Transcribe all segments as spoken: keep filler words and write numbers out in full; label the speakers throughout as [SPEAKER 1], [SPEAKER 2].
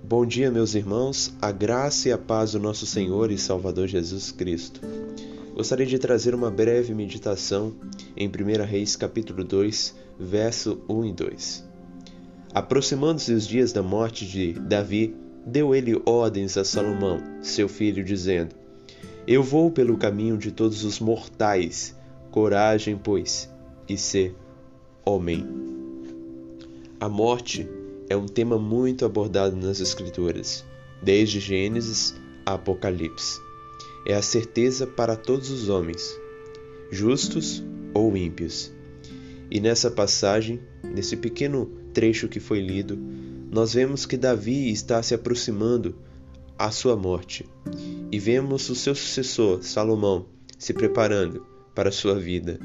[SPEAKER 1] Bom dia, meus irmãos, a graça e a paz do nosso Senhor e Salvador Jesus Cristo. Gostaria de trazer uma breve meditação em primeira Reis, capítulo dois, verso um e dois. Aproximando-se os dias da morte de Davi, deu ele ordens a Salomão, seu filho, dizendo: Eu vou pelo caminho de todos os mortais, coragem, pois, e sê homem. A morte é um tema muito abordado nas Escrituras, desde Gênesis a Apocalipse. É a certeza para todos os homens, justos ou ímpios. E nessa passagem, nesse pequeno trecho que foi lido, nós vemos que Davi está se aproximando à sua morte. E vemos o seu sucessor, Salomão, se preparando para a sua vida.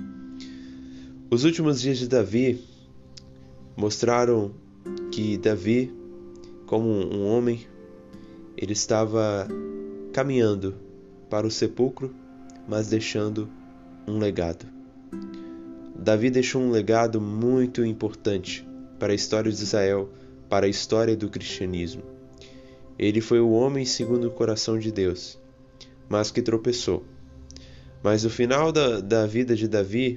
[SPEAKER 1] Os últimos dias de Davi mostraram que Davi, como um homem, ele estava caminhando para o sepulcro, mas deixando um legado. Davi deixou um legado muito importante para a história de Israel, para a história do cristianismo. Ele foi o homem segundo o coração de Deus, mas que tropeçou. Mas o final da, da vida de Davi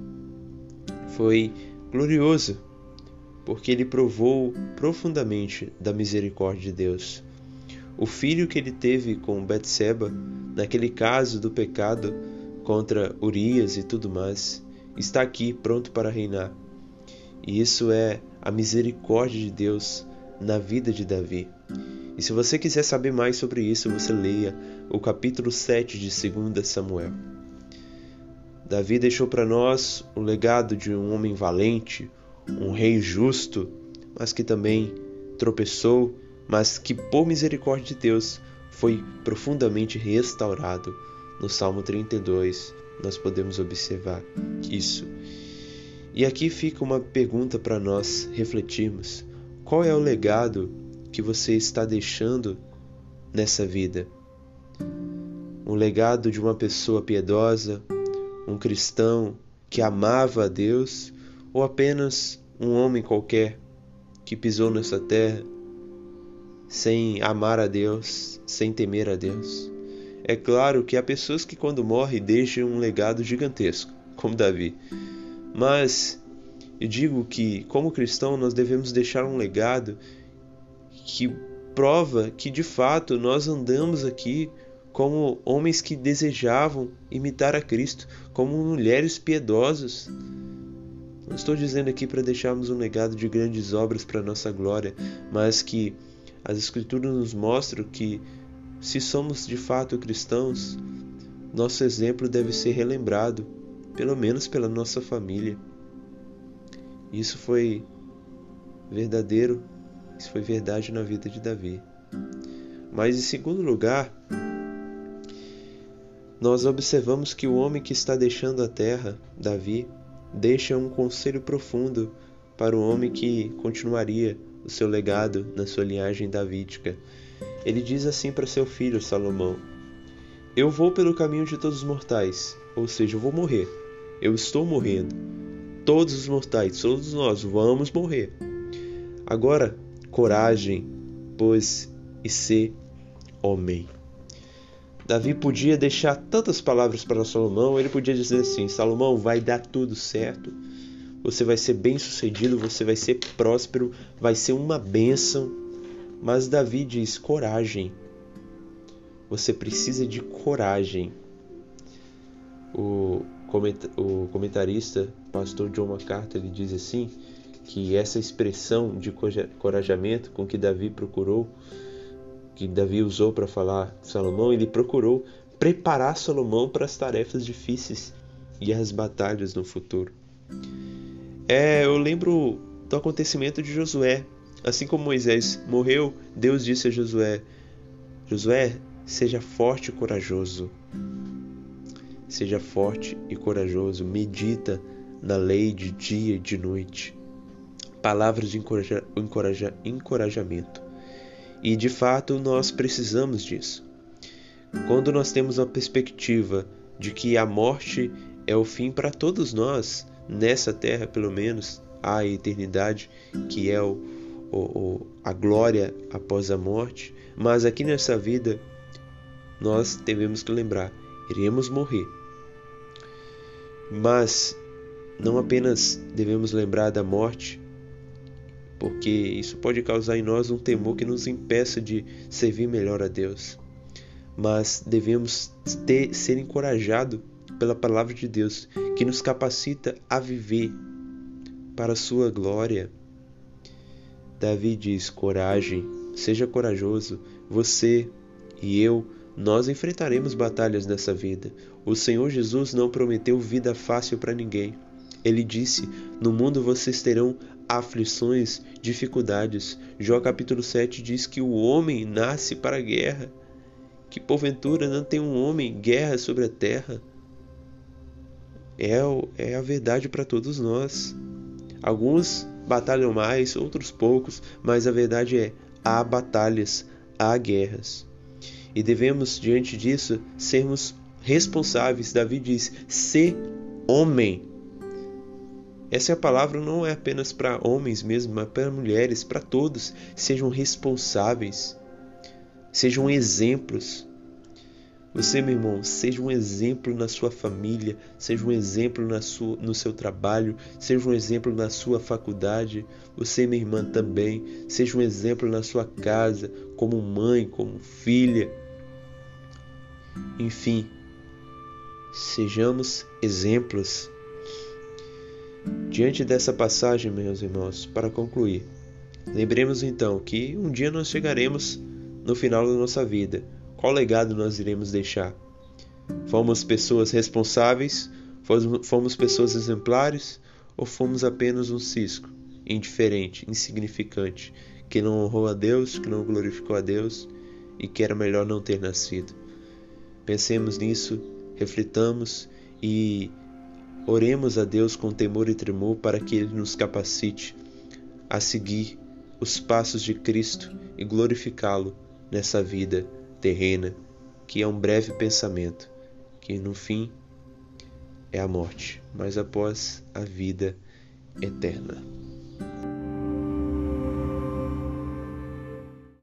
[SPEAKER 1] foi glorioso, porque ele provou profundamente da misericórdia de Deus. O filho que ele teve com Betseba, naquele caso do pecado contra Urias e tudo mais, está aqui pronto para reinar. E isso é a misericórdia de Deus na vida de Davi. E se você quiser saber mais sobre isso, você leia o capítulo sete de dois Samuel. Davi deixou para nós o legado de um homem valente, um rei justo, mas que também tropeçou, mas que por misericórdia de Deus foi profundamente restaurado. No Salmo trinta e dois nós podemos observar isso. E aqui fica uma pergunta para nós refletirmos: qual é o legado que você está deixando nessa vida? Um legado de uma pessoa piedosa, um cristão que amava a Deus, ou apenas um homem qualquer que pisou nessa terra sem amar a Deus, sem temer a Deus? É claro que há pessoas que quando morrem deixam um legado gigantesco, como Davi. Mas eu digo que, como cristão, nós devemos deixar um legado que prova que, de fato, nós andamos aqui como homens que desejavam imitar a Cristo, como mulheres piedosas. Não estou dizendo aqui para deixarmos um legado de grandes obras para a nossa glória, mas que as Escrituras nos mostram que, se somos de fato cristãos, nosso exemplo deve ser relembrado, pelo menos pela nossa família. Isso foi verdadeiro, isso foi verdade na vida de Davi. Mas, em segundo lugar, nós observamos que o homem que está deixando a terra, Davi, deixa um conselho profundo para o homem que continuaria o seu legado na sua linhagem davídica. Ele diz assim para seu filho Salomão: Eu vou pelo caminho de todos os mortais, ou seja, eu vou morrer, eu estou morrendo. Todos os mortais, todos nós vamos morrer. Agora, coragem, pois, e sê homem. Davi podia deixar tantas palavras para Salomão. Ele podia dizer assim: Salomão, vai dar tudo certo, você vai ser bem sucedido, você vai ser próspero, vai ser uma bênção. Mas Davi diz: coragem, você precisa de coragem. O, o comentarista, pastor John MacArthur, ele diz assim, que essa expressão de corajamento com que Davi procurou, que Davi usou para falar Salomão, ele procurou preparar Salomão para as tarefas difíceis e as batalhas no futuro. É, eu lembro do acontecimento de Josué. Assim como Moisés morreu, Deus disse a Josué: Josué, seja forte e corajoso. Seja forte e corajoso. Medita na lei de dia e de noite. Palavras de encoraja, encoraja, encorajamento. E de fato nós precisamos disso. Quando nós temos a perspectiva de que a morte é o fim para todos nós, nessa terra pelo menos, a eternidade, que é o, ou, ou a glória após a morte, mas aqui nessa vida nós devemos que lembrar, iremos morrer. Mas não apenas devemos lembrar da morte, porque isso pode causar em nós um temor que nos impeça de servir melhor a Deus. Mas devemos ter, ser encorajados pela palavra de Deus, que nos capacita a viver para a sua glória. Davi diz: coragem, seja corajoso, você e eu, nós enfrentaremos batalhas nessa vida. O Senhor Jesus não prometeu vida fácil para ninguém. Ele disse: no mundo vocês terão aflições, dificuldades. Jó capítulo sete diz que o homem nasce para a guerra, que porventura não tem um homem guerra sobre a terra. É, é a verdade para todos nós. Alguns batalham mais, outros poucos, mas a verdade é, há batalhas, há guerras. E devemos, diante disso, sermos responsáveis. Davi diz: ser homem. Essa palavra não é apenas para homens mesmo, mas para mulheres, para todos. Sejam responsáveis, sejam exemplos. Você, meu irmão, seja um exemplo na sua família, seja um exemplo na sua, no seu trabalho, seja um exemplo na sua faculdade. Você, minha irmã, também, seja um exemplo na sua casa, como mãe, como filha. Enfim, sejamos exemplos. Diante dessa passagem, meus irmãos, para concluir, lembremos então que um dia nós chegaremos no final da nossa vida. Qual legado nós iremos deixar? Fomos pessoas responsáveis? Fomos pessoas exemplares? Ou fomos apenas um cisco, indiferente, insignificante, que não honrou a Deus, que não glorificou a Deus e que era melhor não ter nascido? Pensemos nisso, reflitamos e oremos a Deus com temor e tremor para que Ele nos capacite a seguir os passos de Cristo e glorificá-lo nessa vida terrena, que é um breve pensamento, que no fim é a morte, mas após a vida eterna.